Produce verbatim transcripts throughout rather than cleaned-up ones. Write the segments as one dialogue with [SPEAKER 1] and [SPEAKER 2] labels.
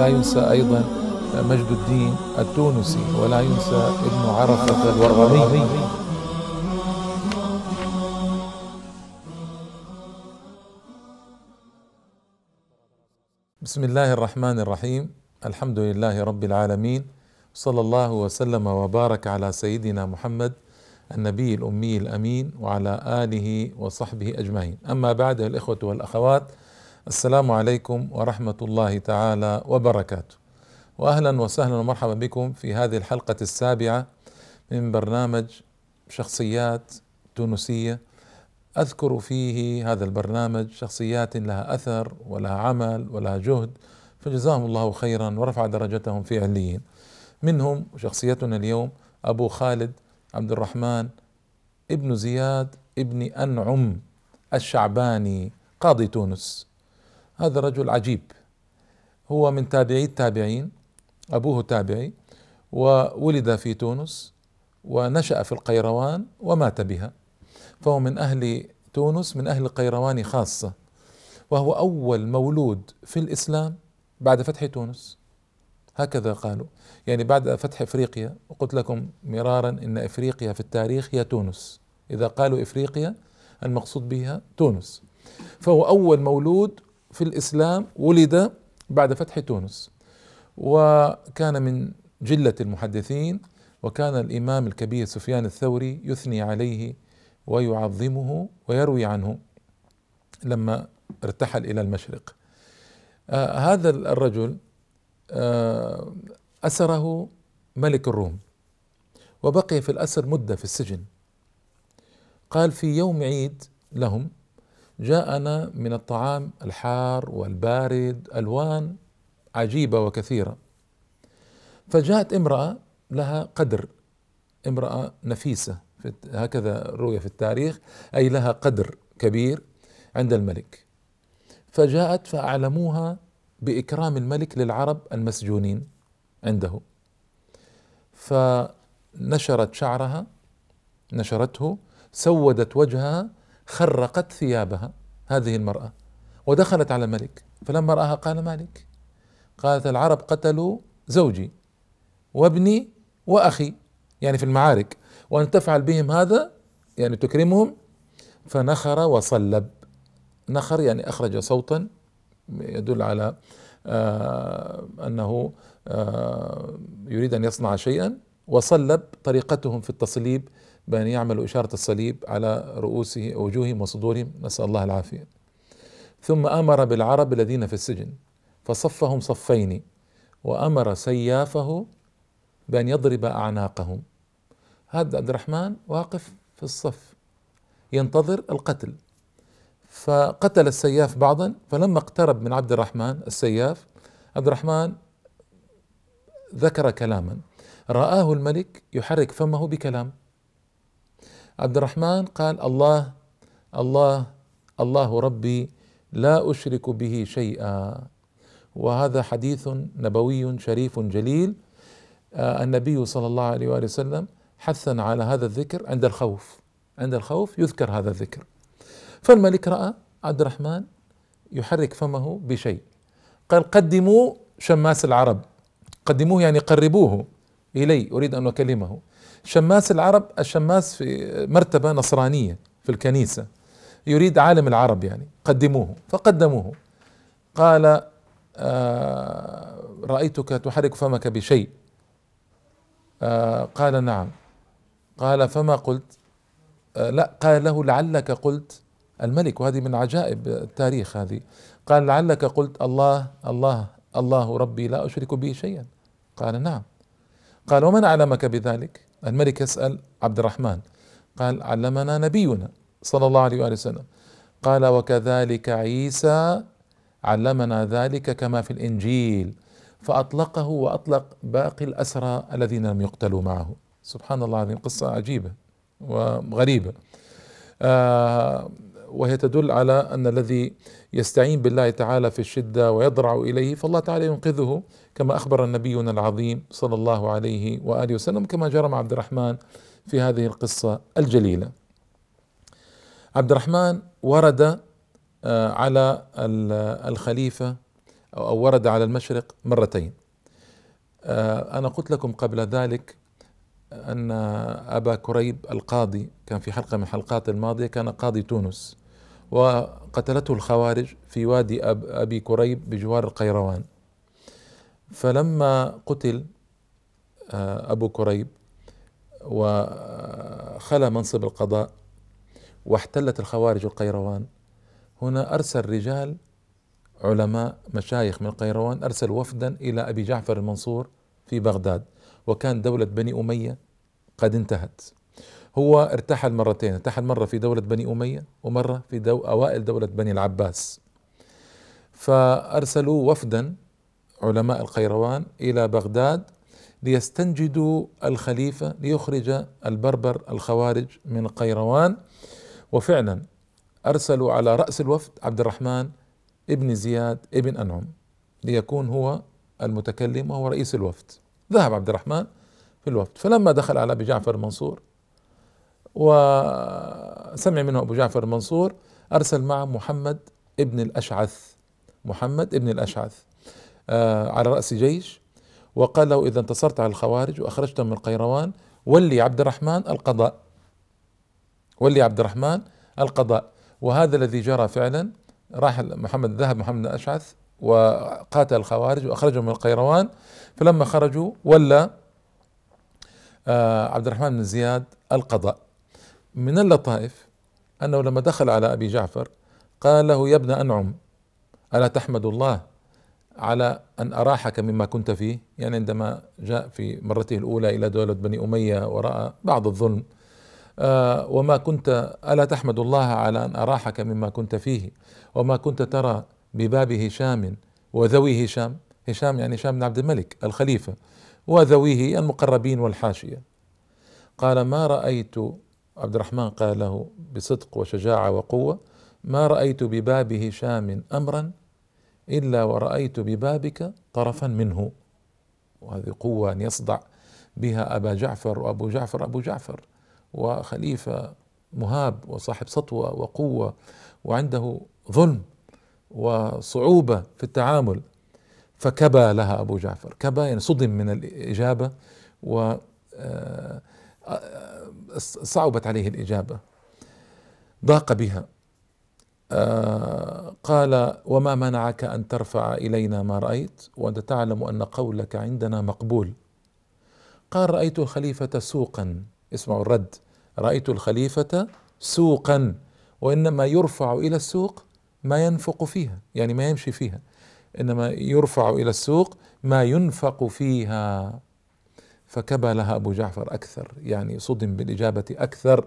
[SPEAKER 1] لا ينسى أيضا مجد الدين التونسي، ولا ينسى ابن عرفة الورغمي. بسم الله الرحمن الرحيم. الحمد لله رب العالمين، صلى الله وسلم وبارك على سيدنا محمد النبي الأمي الأمين وعلى آله وصحبه أجمعين. أما بعد، الإخوة والأخوات، السلام عليكم ورحمة الله تعالى وبركاته، وأهلا وسهلا ومرحبا بكم في هذه الحلقة السابعة من برنامج شخصيات تونسية. أذكر فيه هذا البرنامج شخصيات لها أثر ولها عمل ولها جهد، فجزاهم الله خيرا ورفع درجتهم في عليين. منهم شخصيتنا اليوم أبو خالد عبد الرحمن ابن زياد ابن أنعم الشعباني، قاضي تونس. هذا رجل عجيب، هو من تابعي التابعين، أبوه تابعي، وولد في تونس ونشأ في القيروان ومات بها، فهو من أهل تونس، من أهل القيروان خاصة، وهو أول مولود في الإسلام بعد فتح تونس، هكذا قالوا، يعني بعد فتح إفريقيا. وقلت لكم مرارا إن إفريقيا في التاريخ هي تونس، إذا قالوا إفريقيا المقصود بها تونس، فهو أول مولود في الإسلام ولد بعد فتح تونس، وكان من جلة المحدثين، وكان الإمام الكبير سفيان الثوري يثني عليه ويعظمه ويروي عنه لما ارتحل إلى المشرق. آه هذا الرجل آه أسره ملك الروم، وبقي في الأسر مدة في السجن. قال في يوم عيد لهم جاءنا من الطعام الحار والبارد ألوان عجيبة وكثيرة، فجاءت امرأة لها قدر، امرأة نفيسة، هكذا روي في التاريخ، أي لها قدر كبير عند الملك، فجاءت فأعلموها بإكرام الملك للعرب المسجونين عنده، فنشرت شعرها، نشرته، سودت وجهها، خرقت ثيابها هذه المرأة، ودخلت على الملك، فلما رآها قال: مالك؟ قالت: العرب قتلوا زوجي وابني وأخي، يعني في المعارك، وأن تفعل بهم هذا يعني تكرمهم. فنخر وصلب، نخر يعني أخرج صوتا يدل على آه أنه آه يريد أن يصنع شيئا، وصلب طريقتهم في التصليب بأن يعملوا إشارة الصليب على رؤوسه وجوههم وصدورهم، نسأل الله العافية. ثم أمر بالعرب الذين في السجن فصفهم صفين، وأمر سيافه بأن يضرب أعناقهم. هذا عبد الرحمن واقف في الصف ينتظر القتل، فقتل السياف بعضا، فلما اقترب من عبد الرحمن السياف، عبد الرحمن ذكر كلاما، رآه الملك يحرك فمه بكلام. عبد الرحمن قال: الله الله الله ربي لا أشرك به شيئا. وهذا حديث نبوي شريف جليل. آه النبي صلى الله عليه وآله وسلم حثنا على هذا الذكر عند الخوف، عند الخوف يذكر هذا الذكر. فالملك رأى عبد الرحمن يحرك فمه بشيء، قال: قدموا شماس العرب، قدموه يعني قربوه إلي، أريد أن أكلمه. شماس العرب، الشماس في مرتبة نصرانية في الكنيسة، يريد عالم العرب يعني، قدموه. فقدموه. قال: آه رأيتك تحرك فمك بشيء. آه قال: نعم. قال: فما قلت؟ آه لا. قال له: لعلك قلت، الملك، وهذه من عجائب التاريخ هذه، قال: لعلك قلت الله الله الله ربي لا أشرك به شيئا. قال: نعم. قال: ومن علمك بذلك؟ الملك يسأل عبد الرحمن. قال: علمنا نبينا صلى الله عليه وآله وسلم. قال: وكذلك عيسى علمنا ذلك كما في الإنجيل. فأطلقه وأطلق باقي الأسرى الذين لم يقتلوا معه. سبحان الله العظيم، قصة عجيبة وغريبة، آه وهي تدل على أن الذي يستعين بالله تعالى في الشدة ويضرع إليه فالله تعالى ينقذه، كما أخبر نبينا العظيم صلى الله عليه وآله وسلم، كما جرى مع عبد الرحمن في هذه القصة الجليلة. عبد الرحمن ورد على الخليفة أو ورد على المشرق مرتين. أنا قلت لكم قبل ذلك أن أبا كريب القاضي كان في حلقة من الحلقات الماضية كان قاضي تونس، وقتلته الخوارج في وادي أب أبي كريب بجوار القيروان. فلما قتل أبو كريب وخلى منصب القضاء واحتلت الخوارج القيروان، هنا أرسل رجال علماء مشايخ من القيروان، أرسل وفدا إلى أبي جعفر المنصور في بغداد، وكان دولة بني أمية قد انتهت. هو ارتحل مرتين، ارتحل مرة في دولة بني أمية ومرة في دو أوائل دولة بني العباس. فأرسلوا وفدا علماء القيروان إلى بغداد ليستنجدوا الخليفة ليخرج البربر الخوارج من القيروان. وفعلا أرسلوا على رأس الوفد عبد الرحمن ابن زياد ابن أنعم ليكون هو المتكلم وهو رئيس الوفد. ذهب عبد الرحمن في الوفد، فلما دخل على أبي جعفر المنصور وسمع منه أبو جعفر المنصور أرسل معه محمد ابن الأشعث، محمد ابن الأشعث آه على رأس جيش، وقال له إذا انتصرت على الخوارج وأخرجتهم من القيروان ولي عبد الرحمن القضاء، ولي عبد الرحمن القضاء. وهذا الذي جرى فعلا، راح محمد ذهب محمد الأشعث وقاتل الخوارج وأخرجهم من القيروان. فلما خرجوا ولى آه عبد الرحمن بن زياد القضاء. من اللطائف أنه لما دخل على أبي جعفر قال له يا ابن أنعم ألا تحمد الله على أن أراحك مما كنت فيه؟ يعني عندما جاء في مرته الأولى إلى دولة بني أمية ورأى بعض الظلم آه وما كنت ألا تحمد الله على أن أراحك مما كنت فيه وما كنت ترى بباب هشام وذوي هشام، هشام يعني هشام بن عبد الملك الخليفة، وذويه المقربين والحاشية. قال ما رأيت، عبد الرحمن قال له بصدق وشجاعة وقوة، ما رأيت بباب هشام أمرا إلا ورأيت ببابك طرفا منه. وهذه قوة أن يصدع بها أبا جعفر، وأبو جعفر أبو جعفر وخليفة مهاب وصاحب سطوة وقوة وعنده ظلم وصعوبة في التعامل. فكبى لها أبو جعفر، كبى يعني صدم من الإجابة وصعبت عليه الإجابة، ضاق بها. آه قال وما منعك أن ترفع إلينا ما رأيت وأنت تعلم أن قولك عندنا مقبول؟ قال رأيت الخليفة سوقا، اسمعوا الرد، رأيت الخليفة سوقا وإنما يرفع إلى السوق ما ينفق فيها، يعني ما يمشي فيها، إنما يرفع إلى السوق ما ينفق فيها. فكبى لها أبو جعفر أكثر، يعني صدم بالإجابة أكثر،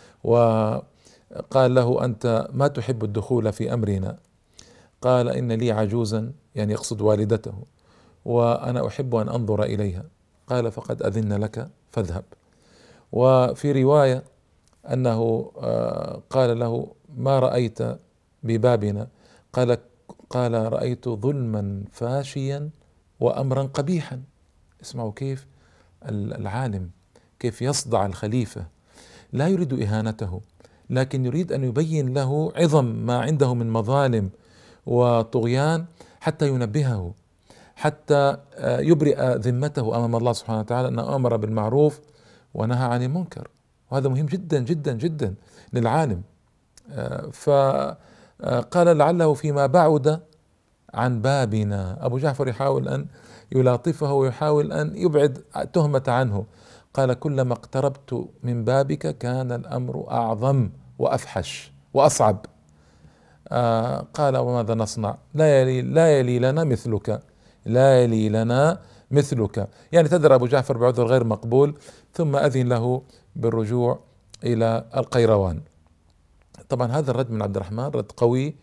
[SPEAKER 1] وقال له أنت ما تحب الدخول في أمرنا. قال إن لي عجوزا، يعني يقصد والدته، وأنا أحب أن أنظر إليها. قال فقد أذن لك فاذهب. وفي رواية أنه قال له ما رأيت ببابنا؟ قال قال رأيت ظلما فاشيا وأمرا قبيحا. اسمعوا كيف العالم كيف يصدع الخليفة، لا يريد إهانته لكن يريد أن يبين له عظم ما عنده من مظالم وطغيان حتى ينبهه، حتى يبرئ ذمته أمام الله سبحانه وتعالى أنه أمر بالمعروف ونهى عن المنكر. وهذا مهم جدا جدا جدا للعالم. فقال لعله فيما بعد عن بابنا. أبو جعفر يحاول أن يلاطفه ويحاول أن يبعد تهمة عنه. قال كلما اقتربت من بابك كان الأمر أعظم وأفحش وأصعب. آه قال وماذا نصنع؟ لا يلي, لا يلي لنا مثلك، لا يلي لنا مثلك. يعني تدرى أبو جعفر بعذر غير مقبول، ثم أذن له بالرجوع إلى القيروان. طبعا هذا الرد من عبد الرحمن رد قوي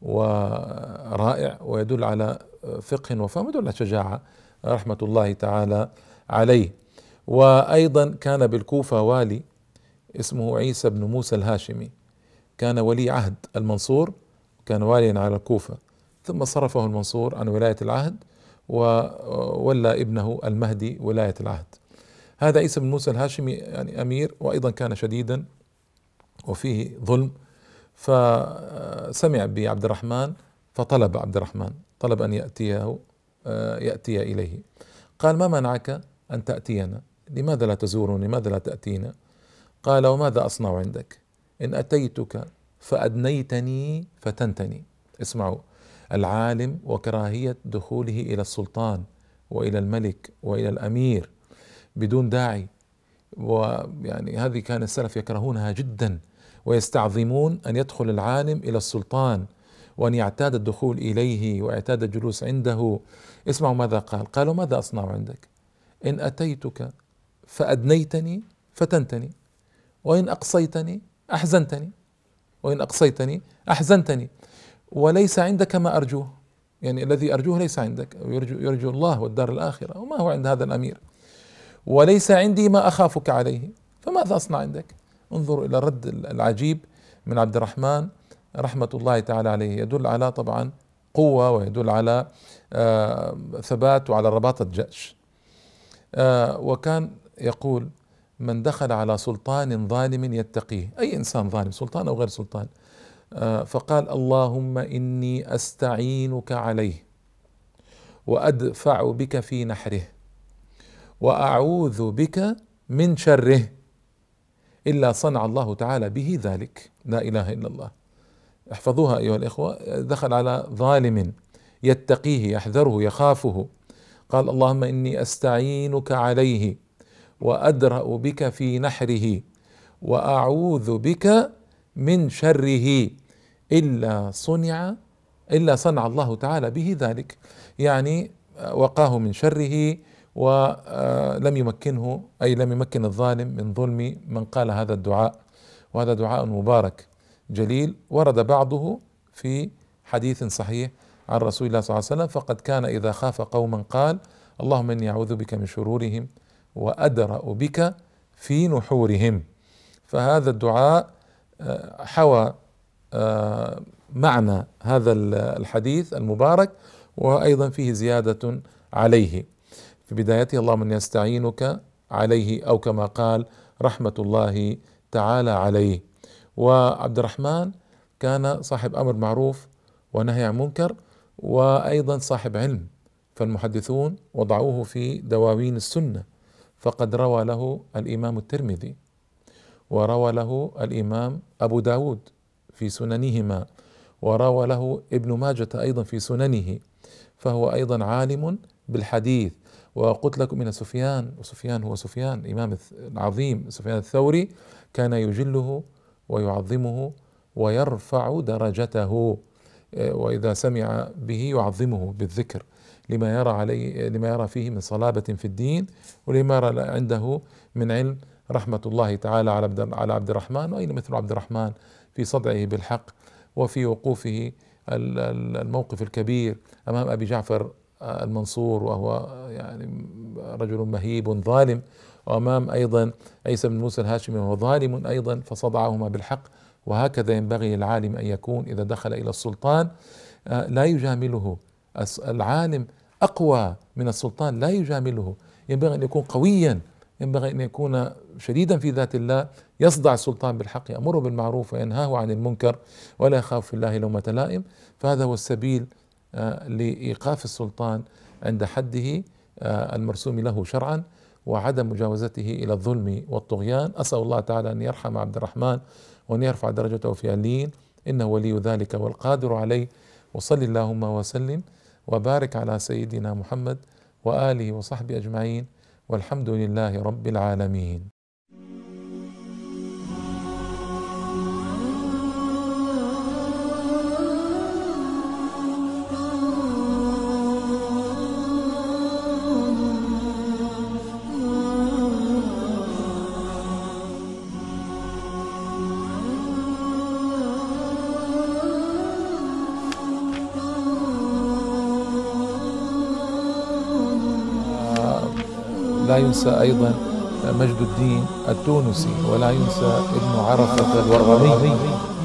[SPEAKER 1] ورائع ويدل على فقه وفهم ويدل على شجاعة رحمة الله تعالى عليه. وأيضا كان بالكوفة والي اسمه عيسى بن موسى الهاشمي، كان ولي عهد المنصور، كان واليا على الكوفة، ثم صرفه المنصور عن ولاية العهد وولى ابنه المهدي ولاية العهد. هذا عيسى بن موسى الهاشمي يعني أمير، وأيضا كان شديدا وفيه ظلم، فسمع بعبد الرحمن فطلب عبد الرحمن، طلب أن يأتيه يأتي إليه. قال: ما منعك أن تأتينا؟ لماذا لا تزورني؟ لماذا لا تأتينا؟ قال: وماذا أصنع عندك؟ إن أتيتك فأدنيتني فتنتني. اسمعوا، العالم وكراهية دخوله إلى السلطان وإلى الملك وإلى الأمير بدون داعي، ويعني هذه كان السلف يكرهونها جدا، ويستعظمون أن يدخل العالم إلى السلطان وأن يعتاد الدخول إليه ويعتاد الجلوس عنده. اسمعوا ماذا قال. قالوا: ماذا أصنع عندك؟ إن أتيتك فأدنيتني فتنتني، وإن أقصيتني أحزنتني، وإن أقصيتني أحزنتني، وليس عندك ما أرجوه، يعني الذي أرجوه ليس عندك، يرجو, يرجو الله والدار الآخرة، وما هو عند هذا الأمير، وليس عندي ما أخافك عليه، فماذا أصنع عندك؟ انظروا إلى الرد العجيب من عبد الرحمن رحمة الله تعالى عليه، يدل على طبعا قوة، ويدل على آه ثبات، وعلى رباطة جأش. آه وكان يقول: من دخل على سلطان ظالم يتقيه، أي إنسان ظالم، سلطان أو غير سلطان، آه فقال: اللهم إني أستعينك عليه وأدفع بك في نحره وأعوذ بك من شره، إلا صنع الله تعالى به ذلك. لا إله إلا الله. احفظوها أيها الإخوة. دخل على ظالم يتقيه، يحذره، يخافه، قال: اللهم إني أستعينك عليه وأدرأ بك في نحره وأعوذ بك من شره، إلا صنع إلا صنع الله تعالى به ذلك. يعني وقاه من شره، ولم يمكنه، أي لم يمكن الظالم من ظلم من قال هذا الدعاء. وهذا دعاء مبارك جليل، ورد بعضه في حديث صحيح عن رسول الله صلى الله عليه وسلم: فقد كان إذا خاف قوما قال: اللهم إني أعوذ بك من شرورهم وأدرأ بك في نحورهم. فهذا الدعاء حوى معنى هذا الحديث المبارك، وأيضا فيه زيادة عليه. في بدايته: اللهم إني أستعينك عليه، أو كما قال: رحمة الله تعالى عليه. وعبد الرحمن كان صاحب أمر معروف ونهي عن منكر، وأيضا صاحب علم، فالمحدثون وضعوه في دواوين السنة، فقد روى له الإمام الترمذي، وروى له الإمام أبو داود في سننهما، وروى له ابن ماجة أيضا في سننه، فهو أيضا عالم بالحديث. وقلت لكم من سفيان، وسفيان هو سفيان الإمام العظيم سفيان الثوري، كان يجله ويعظمه ويرفع درجته، وإذا سمع به يعظمه بالذكر، لما يرى عليه لما يرى فيه من صلابة في الدين، ولما يرى عنده من علم. رحمة الله تعالى على عبد على عبد الرحمن. وأين مثل عبد الرحمن في صدعه بالحق، وفي وقوفه الموقف الكبير أمام أبي جعفر المنصور، وهو يعني رجل مهيب ظالم، وأمام أيضا عيسى بن موسى الهاشمي وهو ظالم أيضا، فصدعهما بالحق. وهكذا ينبغي للعالم أن يكون إذا دخل إلى السلطان، لا يجامله. العالم أقوى من السلطان، لا يجامله، ينبغي أن يكون قويا، ينبغي أن يكون شديدا في ذات الله، يصدع السلطان بالحق، يأمره بالمعروف وينهاه عن المنكر، ولا يخاف في الله لومة لائم. فهذا هو السبيل لإيقاف السلطان عند حده المرسوم له شرعا، وعدم مجاوزته إلى الظلم والطغيان. أسأل الله تعالى أن يرحم عبد الرحمن وأن يرفع درجته في عليين، إنه ولي ذلك والقادر عليه. وصل اللهم وسلم وبارك على سيدنا محمد وآله وصحبه أجمعين، والحمد لله رب العالمين. لا ينسى أيضا مجد الدين التونسي، ولا ينسى ابن عرفة الورغمي.